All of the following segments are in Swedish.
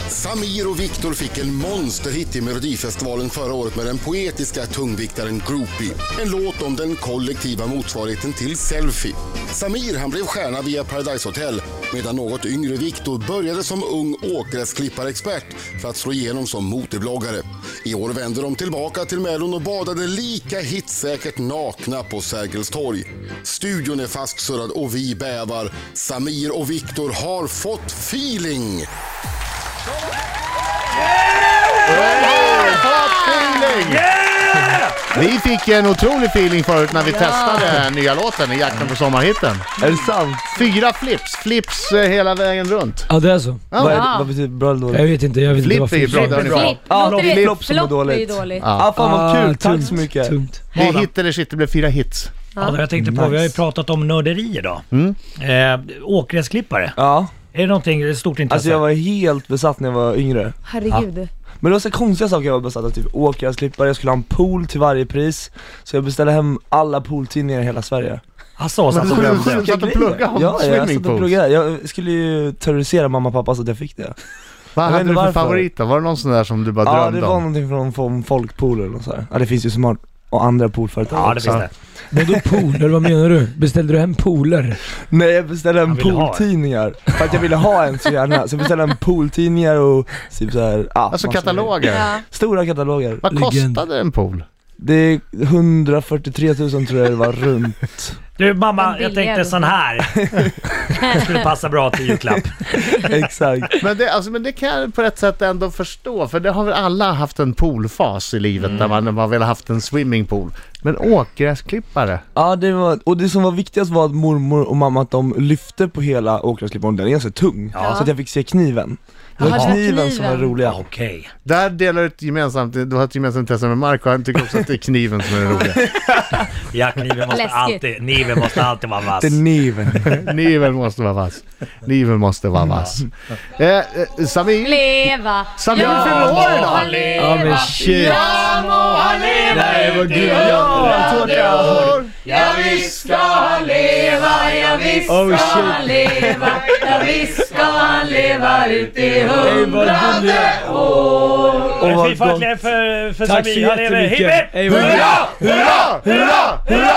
Samir och Viktor fick en monsterhit i Melodifestivalen förra året med den poetiska tungviktaren Groupie. En låt om den kollektiva motsvarigheten till Selfie. Samir han blev stjärna via Paradise Hotel, medan något yngre Viktor började som ung åkgräsklipparexpert för att slå igenom som motorbloggare. I år vänder de tillbaka till Mellon och badade lika hitsäkert nakna på Sergels torg. Studion är fastsurrad och vi bävar. Samir och Viktor har fått feeling. Vi fick en otrolig feeling förut när vi testade nya låten i jakten på sommarhitten. Är det sant? 4 flips hela vägen runt. Ja, det är så. Vad betyder bra eller dåligt? Jag vet inte, Flip är ju bra, det har ni fått. Flopp som är dåligt. Fan vad kul, tack så mycket. Det är hit eller shit, det blev 4 hits. Ja, jag tänkte på, vi har ju pratat om nörderier då. Åkgräsklippare. Ja. Är det någonting stort intresse? Alltså jag var helt besatt när jag var yngre. Herregud. Ja. Men det var så konstiga saker jag var besatt av, typ åkgräsklippare, jag skulle ha en pool till varje pris. Så jag beställde hem alla pooltidningar i hela Sverige. Alltså, så du satt och pluggade om swimmingpools. Jag skulle ju terrorisera mamma och pappa så att jag fick det. Vad hade du för favorit då? Var det någon sån där som du bara drömde om? Ja, det var någonting från folkpool eller så här. Ja, det finns ju smart och andra poolföretag. Ja, det finns det. Men då pooler, vad menar du? Beställde du hem pooler? Nej, jag beställde hem pooltidningar. För att jag ville ha en så gärna. Så jag beställde hem pooltidningar och typ så här, alltså kataloger? Ja. Stora kataloger. Vad kostade en pool? Det är 143 000 tror jag det var runt. Du mamma, jag tänkte sån här. Det skulle passa bra till julklapp. Exakt. Men det kan jag på ett sätt ändå förstå. För det har väl alla haft en poolfas i livet där man har väl haft en swimmingpool. Men åkgräsklippare? Ja, och det som var viktigast var att mormor och mamma att de lyfte på hela åkgräsklipparen. Den är ganska tung. Ja. Så att jag fick se kniven. Det var kniven som var roliga. Okej. Där delar du du har ett gemensamt intresse med Mark och han tycker också att det är kniven som är det roliga. Ja, kniven måste alltid vara vass. Det är kniven. Kniven måste vara vass. Kniven måste vara vass. Samir. Leva. Samir fyller år idag. Ja, men shit. Ja, må han leva. Nej, vad gud. Ja, visst ska han leva. Ja, visst ska han leva. Ja, visst ska han leva ut i 100 år. Fy fan för Tack så Samir. Han lever. jättemycket. Hurra!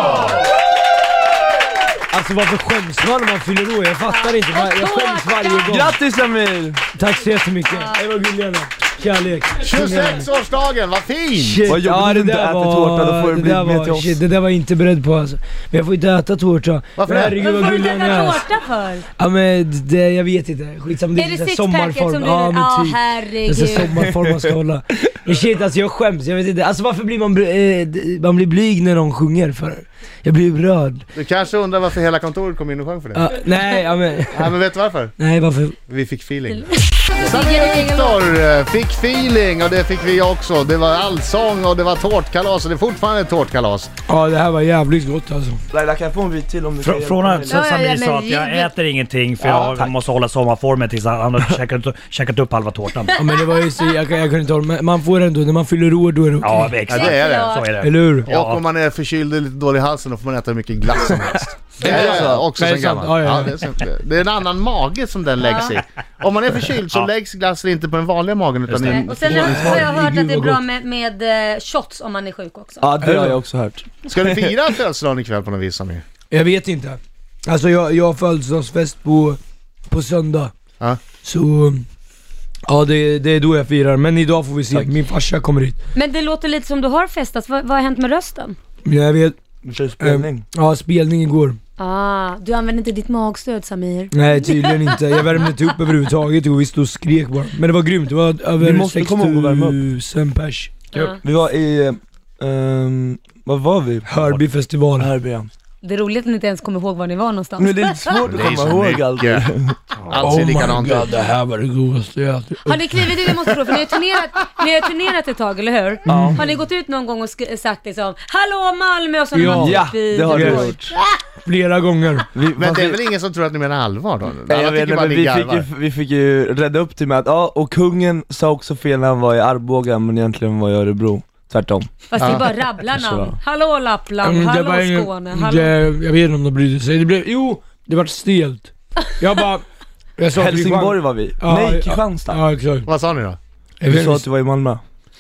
Alltså varför skäms man när man fyller år? Jag fattar inte, jag skäms varje gång. Grattis Samir! Tack så jättemycket. Det var gulliga. Kärlek. 26-årsdagen, vad fint! Shit, vad jobbigt du inte äter tårta, då får du bli med till oss. Shit, det där var jag inte beredd på alltså. Men jag får inte äta tårta. Varför? Herregud vad gulliga ni är. Vad får du äta tårta för? Ja men det, jag vet inte. Skitsamma, det är det är sixpacket som ja, men typ. herregud. Det är sommarform man ska hålla. Men shit alltså jag skäms, jag vet inte. Alltså varför blir man blir blyg när någon sjunger för? Jag blir rörd. Du kanske undrar varför hela kontoret kom in och sjöng för det. Nej, ja men... Nej, men vet du varför? Nej, varför? Vi fick feeling. Samir och Viktor fick feeling och det fick vi också. Det var allsång och det var tårtkalas och det är fortfarande tårtkalas. Ja, det här var jävligt gott alltså. Laila, kan jag få en bit till om du kan? Från att Samir sa att jag äter ingenting för jag måste hålla sommarformen tills han har käkat upp halva tårtan. Ja men det var ju så, jag kunde inte hålla, man får ändå, när man fyller år då är det okej. Ja, exakt. Ja, det är det. Så är det. Eller hur? Ja. Och om man är förkyld och lite dålig i halsen då får man äta mycket glass som helst. Det är också sen gammalt. Ja. Det är en annan mage som den läggs i. Om man är förkyld så läggs glassen inte på den vanliga magen utan i en... Och sen har jag hört att det är bra med shots om man är sjuk också. Ja, det har jag också hört. Ska du fira födelsedagen ikväll på något vis, Samir? Jag vet inte. Alltså jag har födelsedagsfest på söndag. Ja. Så... Ja, det är då jag firar. Men idag får vi se. Tack. Min farsa kommer hit. Men det låter lite som du har festat. Vad har hänt med rösten? Jag vet. Du kör spelning. Ja, spelning igår. Du använder inte ditt magstöd, Samir. Nej, tydligen inte. Jag värmde inte upp överhuvudtaget och vi stod och skrek bara. Men det var grymt. Det var över 6 000 pers. Vi var i... vad var vi? Hörby festival. Hörby, ja. Det är roligt att ni inte ens kommer ihåg var ni var någonstans. Men det är lite svårt att komma ihåg allt. Allt ser likadant ut. Det här var det godaste jag ätit. Har ni klivit det måste jag för ni har turnerat ett tag, eller hur? Har ni gått ut någon gång och sagt liksom hallå Malmö och så ja, det har du gjort. Flera gånger. Men det är väl ingen som tror att ni menar allvar då? Jag vet, men vi fick ju rädda upp till mig att och kungen sa också fel när han var i Arboga, men egentligen var i Örebro. Tvärtom. Fast det är bara rabbla namn. Hallå Lappland, hallå Skåne, hallå. Jag vet inte om de brydde sig. Det var stelt. Jag bara Jag sa Helsingborg var vi. Ja, Nej, Kristianstad. Ja, exakt. Vad sa ni då? Du sa att du var i Malmö.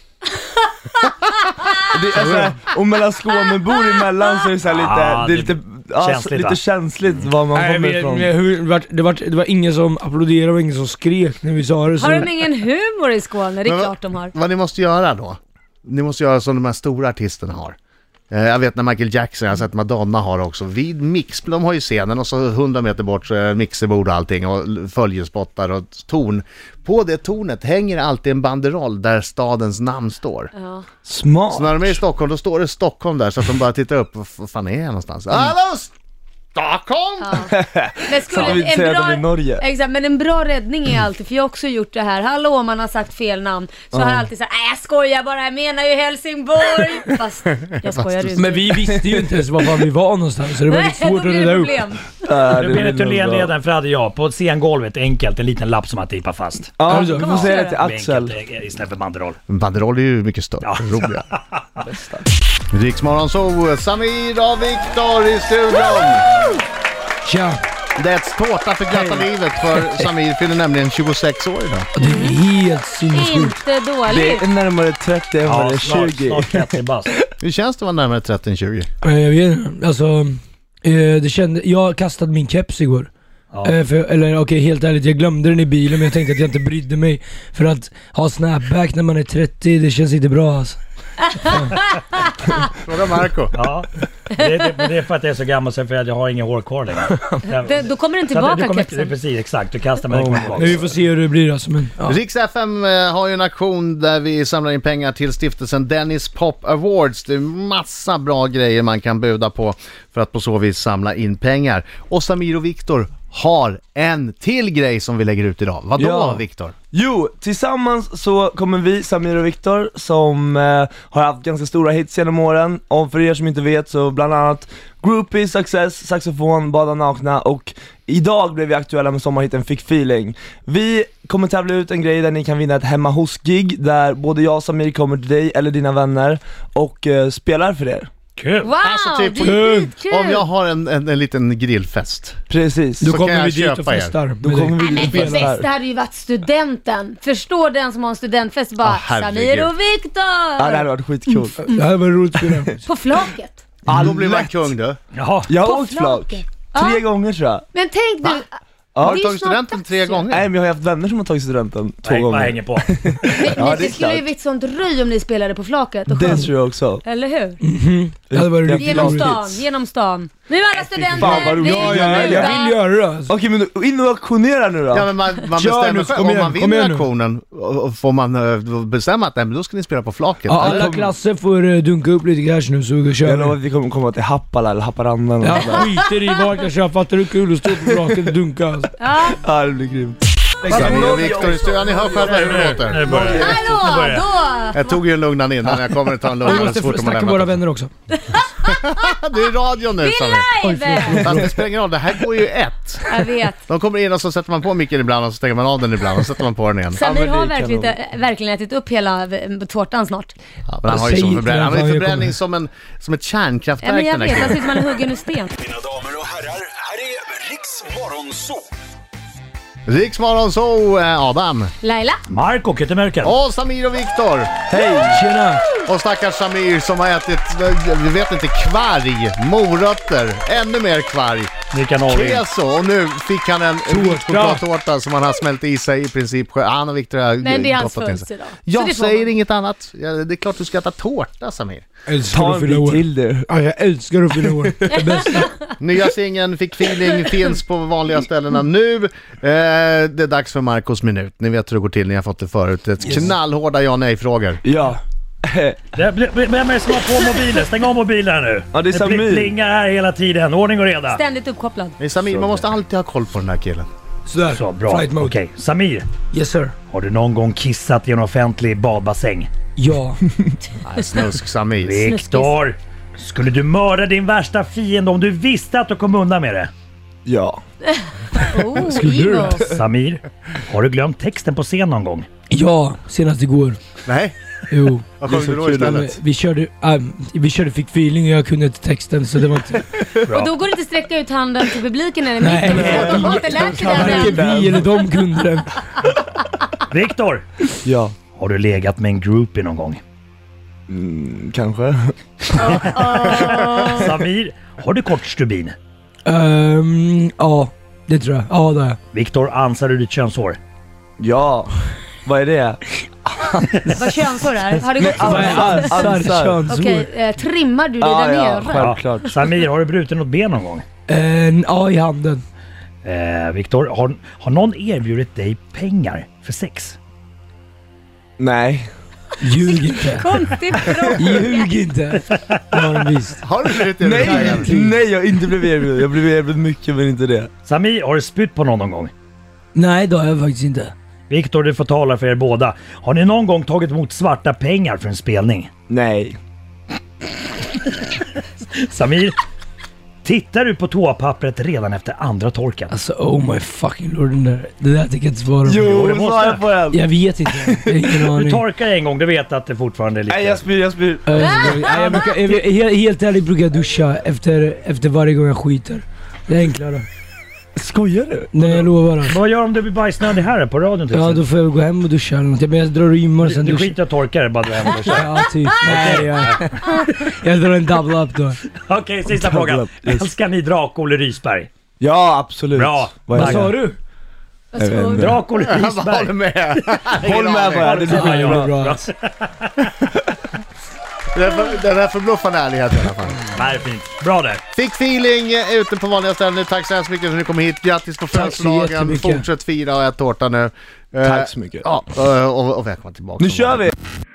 Det är såhär, och mellan Skånebor emellan så är det såhär lite, det är lite, känsligt, lite känsligt var man kommer ifrån. Det var ingen som applåderade och ingen som skrek när vi sa det. Har de ingen humor i Skåne? Det är klart de har. Vad ni måste göra då? Ni måste göra som de här stora artisterna har. Jag vet när Michael Jackson, jag har sett Madonna har också. Vid mix, de har ju scenen och så 100 meter bort så är det mixerbord och allting och följespottar och torn. På det tornet hänger alltid en banderoll där stadens namn står. Ja. Smart. Så när de är i Stockholm, då står det Stockholm där så att de bara tittar upp. Vad fan är jag någonstans? Hallå! Stockholm! Ja. Men Så vi säger att de är i Norge. Exakt, men en bra räddning är alltid, för jag har också gjort det här. Hallå, man har sagt fel namn. Så har jag alltid sagt, jag skojar bara, jag menar ju Helsingborg. Fast jag skojar inte. Men vi visste ju inte ens var vi var någonstans, så det var lite svårt att reda upp. Nu blir det turnéledaren för hade jag på scengolvet enkelt en liten lapp som att tejpa fast. Ja, vi får säga det till Axel. Enkelt, istället för banderoll. Banderoll är ju mycket större. Ja. Roliga. Riksmorgon så Samir och Viktor i studion. Tja, Det är ett tårta för glatta livet för Samir fyller nämligen 26 år idag. det är helt sinnessjukt. Inte Det dåligt. är närmare 30 än vad det är 20. Snart 30 bast. Hur känns det att vara närmare 30 än 20? Jag vet inte, alltså det kände, jag kastade min keps igår. Ja. Okej, helt ärligt, jag glömde den i bilen men jag tänkte att jag inte brydde mig. För att ha snapback när man är 30, det känns inte bra alltså. Fråga Marco. Ja, det är för att jag är så gammal så för att jag har ingen hår kvar längre. Då kommer den Så att tillbaka, det kepsen. precis, exakt. Du kastar mig tillbaka. Men vi får se hur det blir alltså, men ja. Riks FM har ju en aktion där vi samlar in pengar till stiftelsen Dennis Pop Awards. Det är massa bra grejer man kan buda på för att på så vis samla in pengar. Och Samir och Viktor har en till grej som vi lägger ut idag. Vad då, Viktor? Jo, tillsammans så kommer vi, Samir och Viktor, som har haft ganska stora hits genom åren. Och för er som inte vet så bland annat Groupie, Success, Saxofon, Bada nakna och idag blev vi aktuella med sommarhitten Fick feeling. Vi kommer tävla ut en grej där ni kan vinna ett hemma hos-gig där både jag och Samir kommer till dig eller dina vänner och spelar för er. Kul! Wow, Alltså typ, det är skitkul. om jag har en liten grillfest. Precis. Då så kommer kan vi jag dit och köpa er. festar. Då kommer vi Men dit och det spelar bästa hade ju varit studenten. Förstår den som har en studentfest bara, herregud. Samir och Ja, det Viktor hade varit skitkul. Det här var roligt för det. på flaket. Då blir man kung du. Jaha. Jag På har åkt flak. flaket. 3 gånger tror jag. Men tänk du, Har det du är tagit snart studenten dags 3 ju. gånger? Nej, men jag har haft vänner som har tagit studenten 2 Nej, vad gånger. hänger på? det skulle ju blivit sånt röj om ni spelade på flaket och Det sjöng. tror jag också. Eller hur? Det hade varit riktigt Genom roligt. stan, genom stan. Nu är alla Fan, vad studenter, roligt. Ja, jag vill göra det alltså. Okej, men in och auktionera nu då. Ja, men man Kör bestämmer nu, själv. kom Om igen, man kom vinner igen nu. aktionen och får man bestämma att nej, men då ska ni spela på flaket. Ja, alla klasser får dunka upp lite cash nu så kör Jag lovar vi. att vi kommer komma till Happala eller Haparanda eller Jag något där. skiter i vad jag kör, fattar du kul att stå på flaket och dunka alltså. Ja, det blir grymt. Samir och Viktor i studion, ni hör själva hur det Nu låter. börjar det. Hallå, då! Jag tog ju en lugnande innan, jag kommer att ta en Vi lugnande måste så fort de har snacka med våra lämnat. vänner också. Det är radio nu, Samir. Live! Fast det spelar ingen roll, det här går ju ett. Jag vet. De kommer in och så sätter man på micken ibland och så stänger man av den ibland och så sätter man på den igen. Samir men har det kan verkligen ätit upp hela tårtan snart. Ja, men han har ju Säg så inte förbränning. Han har ju varje förbränning kommer. som ett kärnkraftverk Ja, men jag den här vet, han ser killen. ut som han är huggen ur sten. Mina damer och herrar, här är Riks Morgonzoo! Riksmorgon så Adam. Laila? Marco, Kyttemörken. Och Samir och Viktor. Hej! Tjena! Och stackars Samir som har ätit, vi vet inte, kvarg, morötter, ännu mer kvarg, Mikael Norling. keso och nu fick han en vit chokladtårta som han har smält i sig i princip. Han och Viktor har Men det är hans gottat in sig. födelsedag. Så Jag det får säger man. inget annat. Ja, det är klart du ska äta tårta, Samir. Älskar Ta att en fylla bit år. till du. Ja, jag älskar att fylla år. Det bästa. Nya singeln Fick feeling finns på vanliga ställena nu. Det är dags för Marcos minut. Ni vet hur det går till, ni har fått det förut. Ett knallhårda ja-nej-frågor. Ja. Vem är det som har på mobilen? Stäng av mobilen här nu. Ja, det är Samir. Plingar här hela tiden. Ordning och reda. Ständigt uppkopplad. Nej, Samir, man måste alltid ha koll på den här killen. Sådär, Så, bra. flight mode. Okej, Samir. Yes sir. Har du någon gång kissat i en offentlig badbassäng? Ja. Nej, snusk Samir. Viktor, skulle du mörda din värsta fiende om du visste att du kom undan med det? Ja. Oh, Skulle du? evil. Samir, har du glömt texten på scen någon gång? Ja, senast igår. Nej, Jo. Vad sjöng du då istället? Vi körde Fick feeling och jag kunde inte texten så det var inte... Och då går det inte sträcka ut handen till publiken eller Nej, mitt. De har inte lärt sig varken den. vi eller de kunde den. Viktor, Ja, har du legat med en groupie någon gång? kanske. Samir, har du kort stubin? Ja, det tror jag. Ja, det är. Viktor, ansar du ditt könshår? Ja, vad är det? Vad könsår är? Har det gått så? Ansar. Könshår. Okej, trimmar du det där nere? självklart. Samir, har du brutit något ben någon gång? Ja, i handen. Viktor, har någon erbjudit dig pengar för sex? Nej. Ljug inte. Konstigt fråga. Ljug inte. Det har de visst. Har du blivit Nej, jag har inte blivit erbjuden. Jag blev erbjuden mycket men inte det. Samir, har du spytt på någon gång? Nej, det har jag faktiskt inte. Viktor, du får tala för er båda. Har ni någon gång tagit emot svarta pengar för en spelning? Nej. Samir, tittar du på toapappret redan efter andra torken? Alltså, oh my fucking lord, det där tänker jag inte svara på. Jo, det svara måste. på den. Jag vet inte. Jag har ingen Du aning. torkar en gång, du vet att det fortfarande är lite... Nej, jag spyr. Helt ärligt brukar jag duscha efter varje gång jag skiter. Det är enklare. Skojar du? Nej, jag lovar det. Vad gör om du blir bajsnödig här på radion till Ja, exempel? då får jag gå hem och duscha eller något. Men jag drar rimmar och sen Du duschar. skiter och torkar bara du hem och duschar. Ja, typ. Nej, jag drar en double up då. Okej, sista frågan. Älskar ni Drak-Olle Rysberg? Ja, absolut. Bra. Vad sa du? Vad sa du? Drak-Olle Jag håller Rysberg. med. Håll med bara, det blir Ja, bra. bra. Den är förbluffande ärlighet i alla fall. Nej, fint. Bra där. Fick feeling ute på vanliga ställen. Tack så hemskt mycket för att ni kom hit. Grattis på Tack så födelsedagen. jättemycket. Fortsätt fira och ät tårta nu. Tack så mycket. Ja, och välkommen tillbaka. Nu kör vi!